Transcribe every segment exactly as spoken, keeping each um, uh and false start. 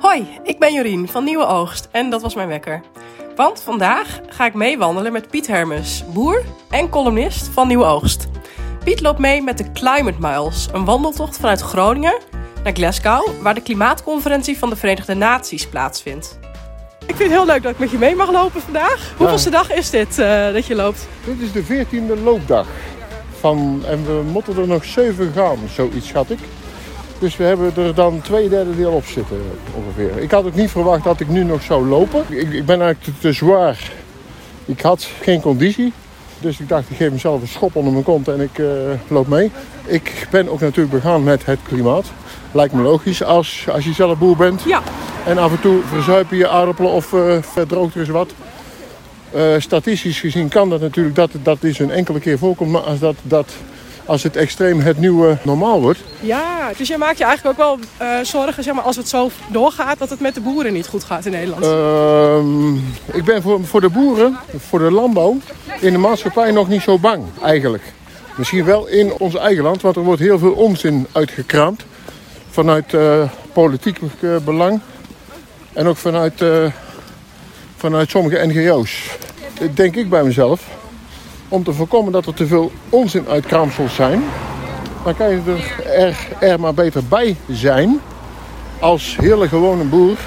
Hoi, ik ben Jorien van Nieuwe Oogst en dat was mijn wekker. Want vandaag ga ik meewandelen met Piet Hermes, boer en columnist van Nieuwe Oogst. Piet loopt mee met de Climate Miles, een wandeltocht vanuit Groningen naar Glasgow, waar de klimaatconferentie van de Verenigde Naties plaatsvindt. Ik vind het heel leuk dat ik met je mee mag lopen vandaag. Hoeveelste ja. dag is dit uh, dat je loopt? Dit is de veertiende loopdag. Van, en we moeten er nog zeven gaan, zoiets schat ik. Dus we hebben er dan twee derde deel op zitten ongeveer. Ik had ook niet verwacht dat ik nu nog zou lopen. Ik, ik ben eigenlijk te, te zwaar. Ik had geen conditie. Dus ik dacht, ik geef mezelf een schop onder mijn kont en ik uh, loop mee. Ik ben ook natuurlijk begaan met het klimaat. Lijkt me logisch als, als je zelf boer bent. Ja. En af en toe verzuipen je aardappelen of uh, verdroogt er eens wat. Uh, statistisch gezien kan dat natuurlijk, dat dat is een enkele keer voorkomt. Maar als, dat, dat, als het extreem het nieuwe normaal wordt. Ja, dus je maakt je eigenlijk ook wel uh, zorgen, zeg maar, als het zo doorgaat, dat het met de boeren niet goed gaat in Nederland. Uh, ik ben voor, voor de boeren, voor de landbouw, in de maatschappij nog niet zo bang eigenlijk. Misschien wel in ons eigen land, want er wordt heel veel onzin uitgekraamd. Vanuit uh, politiek uh, belang. En ook vanuit, uh, vanuit sommige N G O's. Denk ik bij mezelf. Om te voorkomen dat er te veel onzin uitkraamsels zijn. Dan kan je er, er, er maar beter bij zijn. Als hele gewone boer.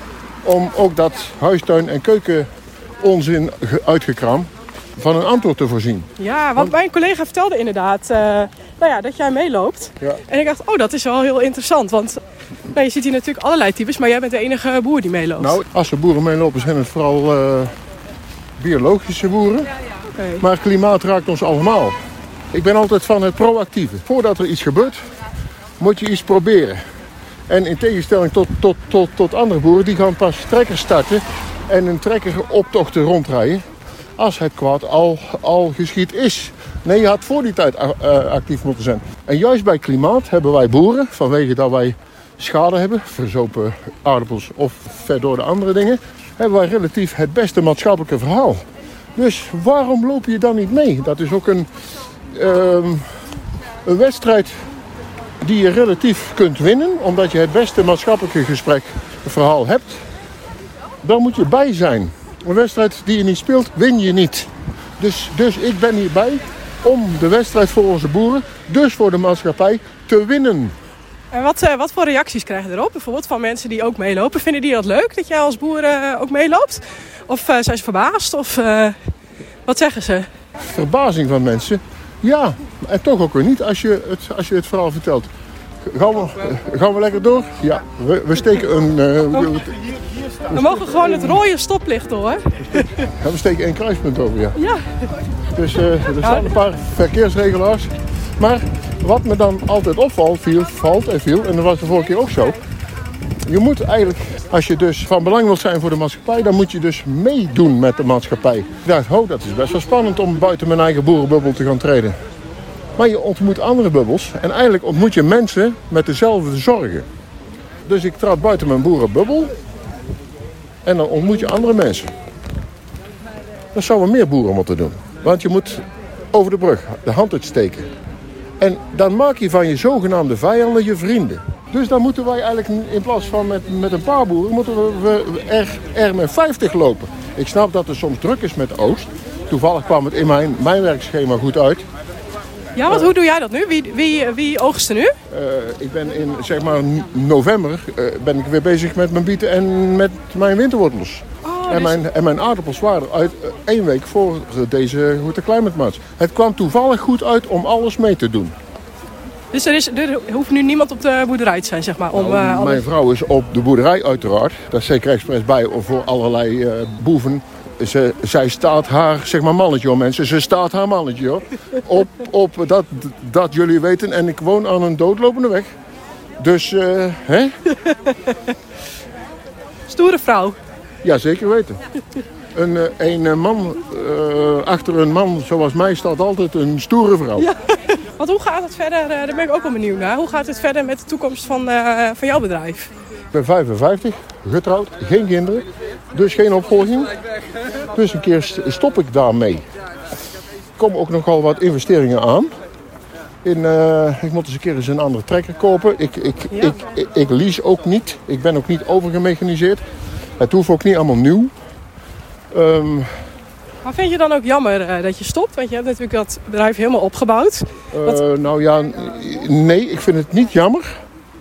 Om ook dat huistuin- en keuken onzin uitgekraamd van een antwoord te voorzien. Ja, want, want mijn collega vertelde inderdaad uh, nou ja, dat jij meeloopt. Ja. En ik dacht, oh, dat is wel heel interessant. Want nou, je ziet hier natuurlijk allerlei types, maar jij bent de enige boer die meeloopt. Nou, als er boeren meelopen zijn het vooral uh, biologische boeren. Ja, ja. Okay. Maar klimaat raakt ons allemaal. Ik ben altijd van het proactieve. Voordat er iets gebeurt, moet je iets proberen. En in tegenstelling tot, tot, tot, tot andere boeren, die gaan pas trekkers starten en een trekkeroptochten rondrijden als het kwaad al, al geschied is. Nee, je had voor die tijd actief moeten zijn. En juist bij klimaat hebben wij boeren, vanwege dat wij schade hebben, verzopen aardappels of verdorde andere dingen, hebben wij relatief het beste maatschappelijke verhaal. Dus waarom loop je dan niet mee? Dat is ook een, um, een wedstrijd die je relatief kunt winnen, omdat je het beste maatschappelijke gesprek, verhaal hebt. Dan moet je bij zijn. Een wedstrijd die je niet speelt, win je niet. Dus, dus ik ben hierbij om de wedstrijd voor onze boeren, dus voor de maatschappij, te winnen. En wat, uh, wat voor reacties krijg je erop? Bijvoorbeeld van mensen die ook meelopen. Vinden die dat leuk dat jij als boer uh, ook meeloopt? Of uh, zijn ze verbaasd? Of uh, wat zeggen ze? Verbazing van mensen? Ja, en toch ook weer niet als je het, als je het verhaal vertelt. Gaan we, uh, gaan we lekker door? Ja, we, we steken een... Uh, we, we mogen gewoon het rode stoplicht door. Ja, we steken één kruispunt over, ja. Ja. Dus uh, er staan een paar verkeersregelaars. Maar wat me dan altijd opvalt, viel, valt en viel, en dat was de vorige keer ook zo. Je moet eigenlijk, als je dus van belang wilt zijn voor de maatschappij, dan moet je dus meedoen met de maatschappij. Ik dacht, oh, dat is best wel spannend om buiten mijn eigen boerenbubbel te gaan treden. Maar je ontmoet andere bubbels en eigenlijk ontmoet je mensen met dezelfde zorgen. Dus ik trad buiten mijn boerenbubbel en dan ontmoet je andere mensen. Dat zouden meer boeren moeten doen. Want je moet over de brug de hand uitsteken. En dan maak je van je zogenaamde vijanden je vrienden. Dus dan moeten wij eigenlijk in plaats van met, met een paar boeren, moeten we, we er, er met vijftig lopen. Ik snap dat het soms druk is met de oogst. Toevallig kwam het in mijn, mijn werkschema goed uit. Ja, want uh, hoe doe jij dat nu? Wie, wie, wie oogst er nu? Uh, ik ben in zeg maar november uh, ben ik weer bezig met mijn bieten en met mijn winterwortels. Oh, en, dus... mijn, en mijn aardappels waren uit uh, één week voor deze Goede Climate March. Het kwam toevallig goed uit om alles mee te doen. Dus er, is, er hoeft nu niemand op de boerderij te zijn, zeg maar? Om, nou, uh, mijn vrouw is op de boerderij uiteraard. Daar is zeker expres bij voor allerlei uh, boeven. Ze, zij staat haar, zeg maar mannetje hoor mensen, ze staat haar mannetje hoor. Op, op dat, dat jullie weten. En ik woon aan een doodlopende weg. Dus, uh, hè? Stoere vrouw. Ja, zeker weten. Een, een man, uh, achter een man zoals mij staat altijd een stoere vrouw. Ja. Want hoe gaat het verder, uh, daar ben ik ook wel benieuwd naar. Hoe gaat het verder met de toekomst van, uh, van jouw bedrijf? Ik ben vijfenvijftig, getrouwd, geen kinderen, dus geen opvolging. Dus een keer stop ik daarmee. Er komen ook nogal wat investeringen aan. In, uh, ik moet eens een keer eens een andere trekker kopen. Ik, ik, ja. ik, ik, ik lease ook niet. Ik ben ook niet overgemechaniseerd. Het hoeft ook niet allemaal nieuw. Um, maar vind je dan ook jammer uh, dat je stopt? Want je hebt natuurlijk dat bedrijf helemaal opgebouwd. Uh, Wat... Nou ja, nee, ik vind het niet jammer.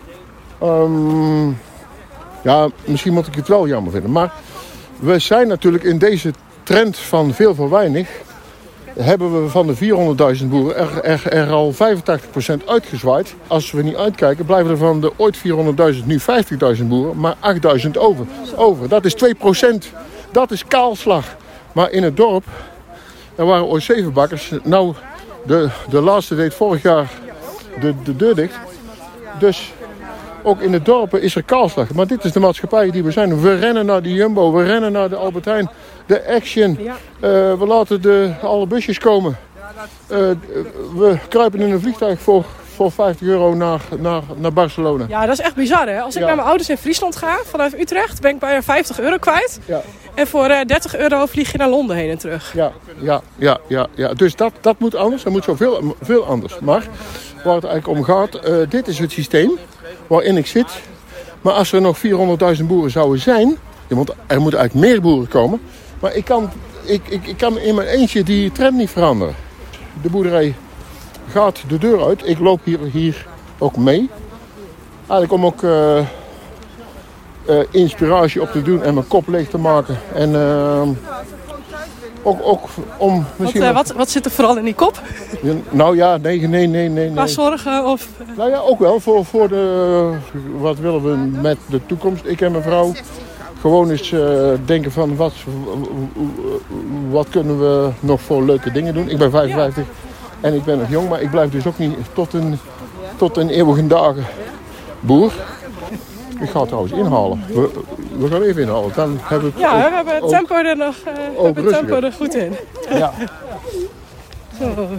Um, ja, misschien moet ik het wel jammer vinden. Maar we zijn natuurlijk in deze trend van veel voor weinig... hebben we van de vierhonderdduizend boeren er, er, er al vijfentachtig procent uitgezwaaid. Als we niet uitkijken, blijven er van de ooit vierhonderdduizend nu vijftigduizend boeren, maar achtduizend over. over. Dat is twee procent. Dat is kaalslag. Maar in het dorp, er waren ooit zeven bakkers. Nou, de, de laatste deed vorig jaar de, de deur dicht. Dus ook in de dorpen is er kaalslag. Maar dit is de maatschappij die we zijn. We rennen naar de Jumbo, we rennen naar de Albert Heijn. De Action. Uh, we laten de, alle busjes komen. Uh, we kruipen in een vliegtuig voor, voor vijftig euro naar, naar, naar Barcelona. Ja, dat is echt bizar, hè? Als ik ja. naar mijn ouders in Friesland ga, vanuit Utrecht, ben ik bijna vijftig euro kwijt. Ja. En voor uh, dertig euro vlieg je naar Londen heen en terug. Ja, ja, ja, ja, ja. Dus dat, dat moet anders. Dat moet zoveel veel anders. Maar waar het eigenlijk om gaat, uh, dit is het systeem waarin ik zit. Maar als er nog vierhonderdduizend boeren zouden zijn, er moet, er moeten eigenlijk meer boeren komen. Maar ik kan, ik, ik, ik kan in mijn eentje die trend niet veranderen. De boerderij gaat de deur uit. Ik loop hier, hier ook mee. Eigenlijk om ook uh, uh, inspiratie op te doen en mijn kop leeg te maken. En uh, ook, ook om misschien... Wat, uh, wat, wat zit er vooral in die kop? Ja, nou ja, nee, nee, nee, nee. nee. Qua zorgen of... Nou ja, ook wel. Voor, voor de... Wat willen we met de toekomst? Ik en mijn vrouw... Gewoon eens uh, denken van wat, wat kunnen we nog voor leuke dingen doen. Ik ben vijfenvijftig ja. en ik ben nog jong, maar ik blijf dus ook niet tot een, tot een eeuwige dagen boer. Ik ga het trouwens inhalen. We, we gaan even inhalen. Dan hebben we ja, ook, we hebben het tempo er nog uh, we hebben het tempo er goed in. Ja. Zo.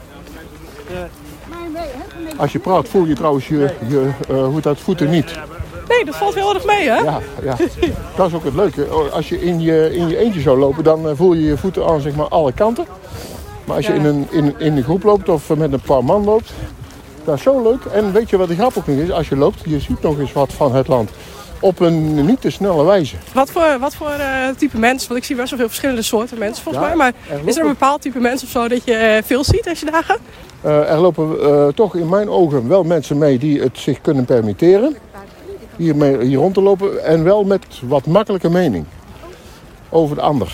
Als je praat voel je trouwens je, je uh, hoe dat voeten niet. Nee, dat valt heel erg mee, hè? Ja, ja, dat is ook het leuke. Als je in je, in je eentje zou lopen, dan voel je je voeten aan zeg maar alle kanten. Maar als je ja. in, een, in, in een groep loopt of met een paar man loopt, dat is zo leuk. En weet je wat de grap ook nog is? Als je loopt, je ziet nog eens wat van het land. Op een niet te snelle wijze. Wat voor, wat voor uh, type mensen? Want ik zie best wel veel verschillende soorten mensen volgens ja, mij. Maar er is er een bepaald type mensen of zo dat je veel ziet als je daar gaat? Uh, er lopen uh, toch in mijn ogen wel mensen mee die het zich kunnen permitteren. Hier, mee, hier rond te lopen en wel met wat makkelijke mening over de ander.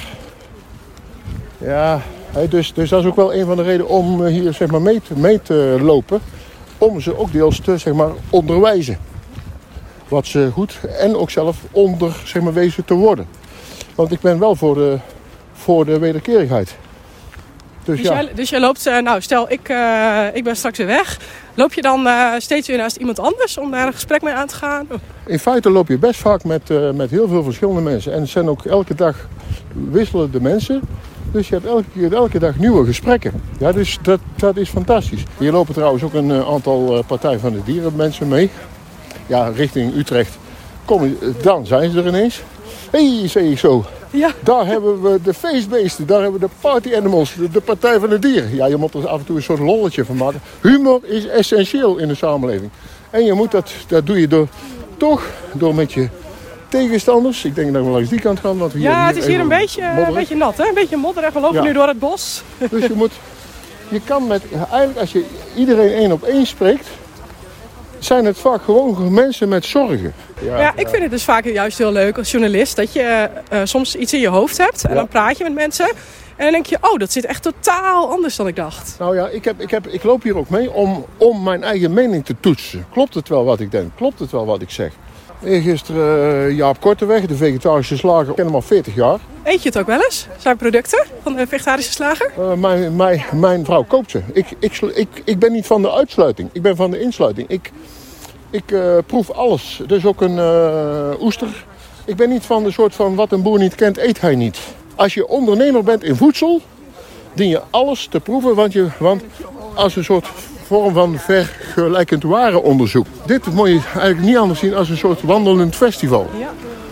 Ja, dus, dus dat is ook wel een van de redenen om hier zeg maar, mee, te, mee te lopen. Om ze ook deels te zeg maar, onderwijzen. Wat ze goed en ook zelf onder zeg maar, wezen te worden. Want ik ben wel voor de, voor de wederkerigheid. Dus, dus, ja. jij, dus jij loopt, uh, nou stel ik, uh, ik ben straks weer weg. Loop je dan uh, steeds weer naast iemand anders om daar een gesprek mee aan te gaan? In feite loop je best vaak met, uh, met heel veel verschillende mensen. En het zijn ook elke dag wisselende mensen. Dus je hebt elke keer elke dag nieuwe gesprekken. Ja, dus dat, dat is fantastisch. Hier lopen trouwens ook een uh, aantal uh, Partij van de Dieren mensen mee. Ja, richting Utrecht. Kom je, dan zijn ze er ineens. Hé, hey, zeg ik zo. Ja. Daar hebben we de feestbeesten, daar hebben we de party animals, de, de Partij van de Dieren. Ja, je moet er af en toe een soort lolletje van maken. Humor is essentieel in de samenleving. En je moet dat, dat doe je door, toch door met je tegenstanders. Ik denk dat we langs die kant gaan. Want hier, ja, hier het is hier een beetje, een beetje nat, hè? Een beetje modderig. We lopen ja. nu door het bos. Dus je moet, je kan met, eigenlijk als je iedereen één op één spreekt, zijn het vaak gewoon mensen met zorgen. Ja, ja, ik vind het dus vaak juist heel leuk als journalist dat je uh, soms iets in je hoofd hebt en ja. dan praat je met mensen en dan denk je, oh, dat zit echt totaal anders dan ik dacht. Nou ja, ik, heb, ik, heb, ik loop hier ook mee om, om mijn eigen mening te toetsen. Klopt het wel wat ik denk? Klopt het wel wat ik zeg? Eergisteren uh, Jaap Korteweg, de vegetarische slager, ik ken hem al veertig jaar. Eet je het ook wel eens? Zijn producten van de vegetarische slager? Uh, mijn, mijn, mijn vrouw koopt ze. Ik, ik, ik, ik ben niet van de uitsluiting, ik ben van de insluiting. Ik, Ik uh, proef alles. Dus ook een uh, oester. Ik ben niet van de soort van wat een boer niet kent, eet hij niet. Als je ondernemer bent in voedsel, dien je alles te proeven. Want, je, want als een soort vorm van vergelijkend warenonderzoek. Dit moet je eigenlijk niet anders zien als een soort wandelend festival. Ja.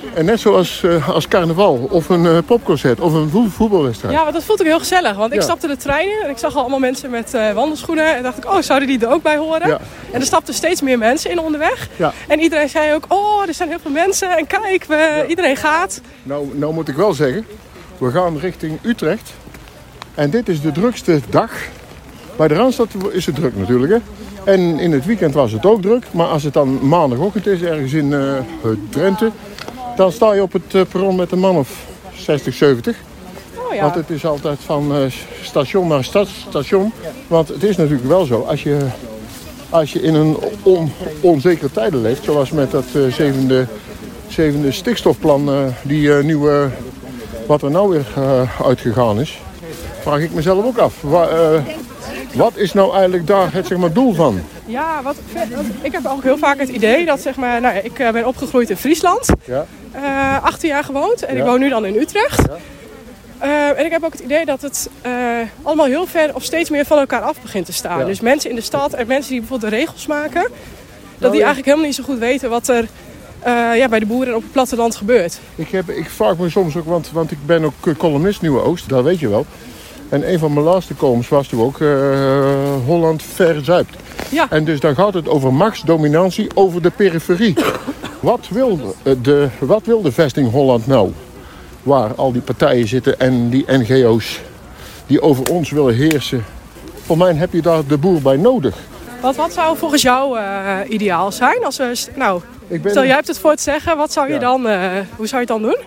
En net zoals uh, als carnaval of een uh, popconcert of een vo- voetbalwedstrijd. Ja, maar dat voelt ook heel gezellig. Want ik ja. stapte de trein in en ik zag al allemaal mensen met uh, wandelschoenen. En dacht ik, oh, zouden die er ook bij horen? Ja. En er stapten steeds meer mensen in onderweg. Ja. En iedereen zei ook, oh, er zijn heel veel mensen. En kijk, we, ja. iedereen gaat. Nou, nou moet ik wel zeggen, we gaan richting Utrecht. En dit is de drukste dag. Bij de Randstad is het druk natuurlijk, hè. En in het weekend was het ook druk. Maar als het dan maandagochtend is, ergens in uh, Drenthe... dan sta je op het uh, perron met een man of zestig, zeventig. Oh ja. Want het is altijd van uh, station naar stadstation. Want het is natuurlijk wel zo, als je, als je in een on, onzekere tijden leeft... zoals met dat uh, zevende, zevende stikstofplan, uh, die uh, nieuwe, wat er nou weer uh, uitgegaan is... vraag ik mezelf ook af. Wa, uh, wat is nou eigenlijk daar het zeg maar, doel van? Ja, wat, ik heb ook heel vaak het idee dat, zeg maar, nou ja, ik ben opgegroeid in Friesland. Ja. Uh, achttien jaar gewoond en ja. ik woon nu dan in Utrecht. Ja. Uh, en ik heb ook het idee dat het uh, allemaal heel ver of steeds meer van elkaar af begint te staan. Ja. Dus mensen in de stad en mensen die bijvoorbeeld de regels maken, dat nou, die ja. eigenlijk helemaal niet zo goed weten wat er uh, ja, bij de boeren op het platteland gebeurt. Ik, heb, ik vraag me soms ook, want, want ik ben ook columnist Nieuwe Oost, dat weet je wel. En een van mijn laatste columns was toen ook uh, Holland verzuipt. Ja. En dus dan gaat het over machtsdominantie over de periferie. Wat wil de, wat wil de vesting Holland nou? Waar al die partijen zitten en die N G O's die over ons willen heersen. Voor mij heb je daar de boer bij nodig. Wat, wat zou volgens jou uh, ideaal zijn? Als we, nou, ik ben... Stel, jij hebt het voor het zeggen. Wat zou je ja. dan, uh, hoe zou je het dan doen?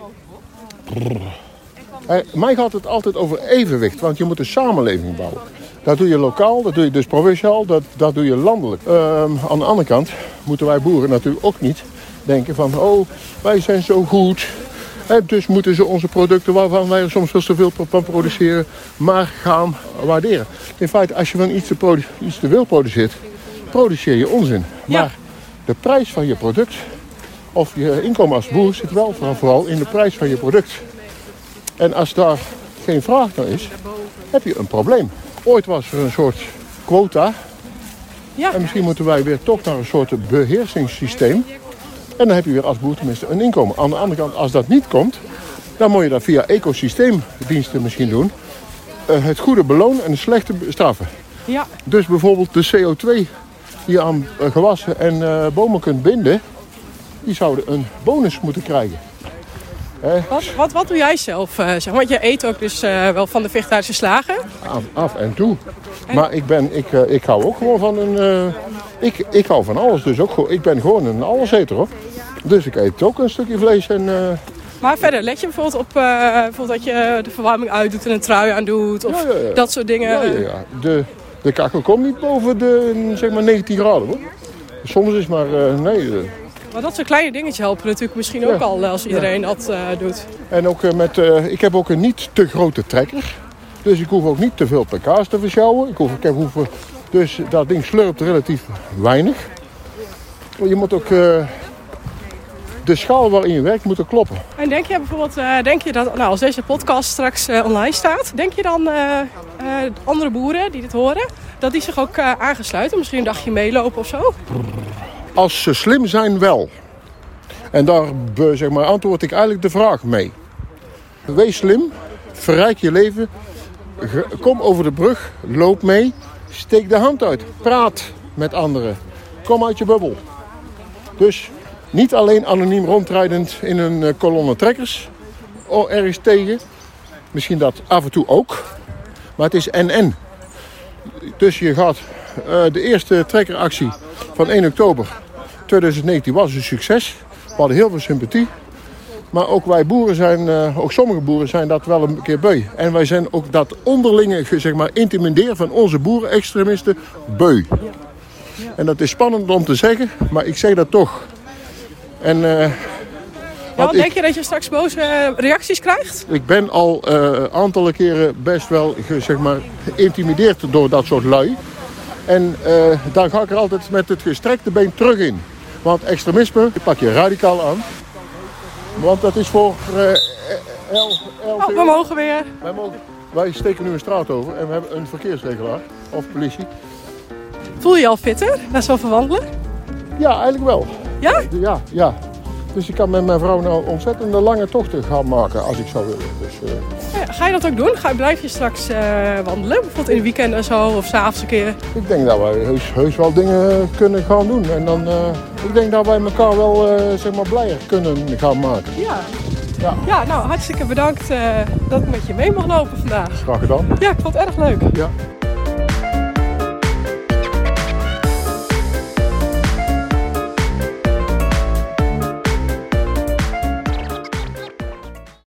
Uh, mij gaat het altijd over evenwicht. Want je moet een samenleving bouwen. Dat doe je lokaal, dat doe je dus provinciaal, dat, dat doe je landelijk. Uh, aan de andere kant moeten wij boeren natuurlijk ook niet denken van... oh, wij zijn zo goed, hè, dus moeten ze onze producten waarvan wij er soms veel te veel van produceren... maar gaan waarderen. In feite, als je van iets te, produ- iets te veel produceert, produceer je onzin. Ja. Maar de prijs van je product, of je inkomen als boer, zit wel vooral in de prijs van je product. En als daar geen vraag naar is, heb je een probleem. Ooit was er een soort quota. Ja. En misschien moeten wij weer toch naar een soort beheersingssysteem. En dan heb je weer als boer tenminste een inkomen. Aan de andere kant, als dat niet komt, dan moet je dat via ecosysteemdiensten misschien doen. Uh, het goede belonen en het slechte straffen. Ja. Dus bijvoorbeeld de C O twee die je aan uh, gewassen en uh, bomen kunt binden, die zouden een bonus moeten krijgen. Wat, wat, wat doe jij zelf? Uh, zeg, want je eet ook dus uh, wel van de vegetarische slagen. Af, af en toe. En? Maar ik, ben, ik, uh, ik hou ook gewoon van een... Uh, ik, ik hou van alles. Dus ook, ik ben gewoon een alleseter, hoor. Dus ik eet ook een stukje vlees en... Uh... Maar verder, let je bijvoorbeeld op uh, bijvoorbeeld dat je de verwarming uitdoet en een trui aandoet? Of ja, ja, ja. dat soort dingen? Ja, ja, ja. De, de kachel komt niet boven de zeg maar negentien graden, hoor. Soms is maar... Uh, nee... Uh, Maar dat soort kleine dingetjes helpen natuurlijk misschien ja. ook al als iedereen ja. dat uh, doet. En ook uh, met, uh, ik heb ook een niet te grote trekker. Dus ik hoef ook niet te veel pk's te versjouwen. Ik hoef, ik heb, hoef, dus dat ding slurpt relatief weinig. Je moet ook... Uh, de schaal waarin je werkt moet er kloppen. En denk je bijvoorbeeld, uh, denk je dat nou, als deze podcast straks uh, online staat... denk je dan uh, uh, andere boeren die dit horen, dat die zich ook uh, aangesluiten? Misschien een dagje meelopen of zo? Als ze slim zijn, wel. En daar zeg maar, antwoord ik eigenlijk de vraag mee. Wees slim, verrijk je leven, kom over de brug, loop mee, steek de hand uit, praat met anderen. Kom uit je bubbel. Dus niet alleen anoniem rondrijdend in een kolonne trekkers, of ergens tegen. Misschien dat af en toe ook, maar het is en-en. Dus je gaat uh, de eerste trekkeractie van één oktober tweeduizend negentien was een succes. We hadden heel veel sympathie. Maar ook wij boeren zijn, uh, ook sommige boeren zijn dat wel een keer beu. En wij zijn ook dat onderlinge, zeg maar, intimideren van onze boerenextremisten beu. En dat is spannend om te zeggen, maar ik zeg dat toch. En, uh, ja, wat denk ik, je dat je straks boze reacties krijgt? Ik ben al uh, aantallen keren best wel, zeg maar, geïntimideerd door dat soort lui. En uh, dan ga ik er altijd met het gestrekte been terug in. Want extremisme pak je radicaal aan. Want dat is voor uh, L, L, oh, we mogen weer. Wij, mogen, wij steken nu een straat over en we hebben een verkeersregelaar. Of politie. Voel je je al fitter na zoveel wandelen? Ja, eigenlijk wel. Ja? Ja, ja. Dus ik kan met mijn vrouw nou ontzettende lange tochten gaan maken als ik zou willen. Dus, uh... ja, ga je dat ook doen? Ga, blijf je straks uh, wandelen? Bijvoorbeeld in de weekend en zo of 's avonds een keer? Ik denk dat wij heus, heus wel dingen kunnen gaan doen. En dan, uh, ik denk dat wij elkaar wel uh, zeg maar blijer kunnen gaan maken. Ja. Ja. ja, nou hartstikke bedankt uh, dat ik met je mee mag lopen vandaag. Graag gedaan. Ja, ik vond het erg leuk. Ja.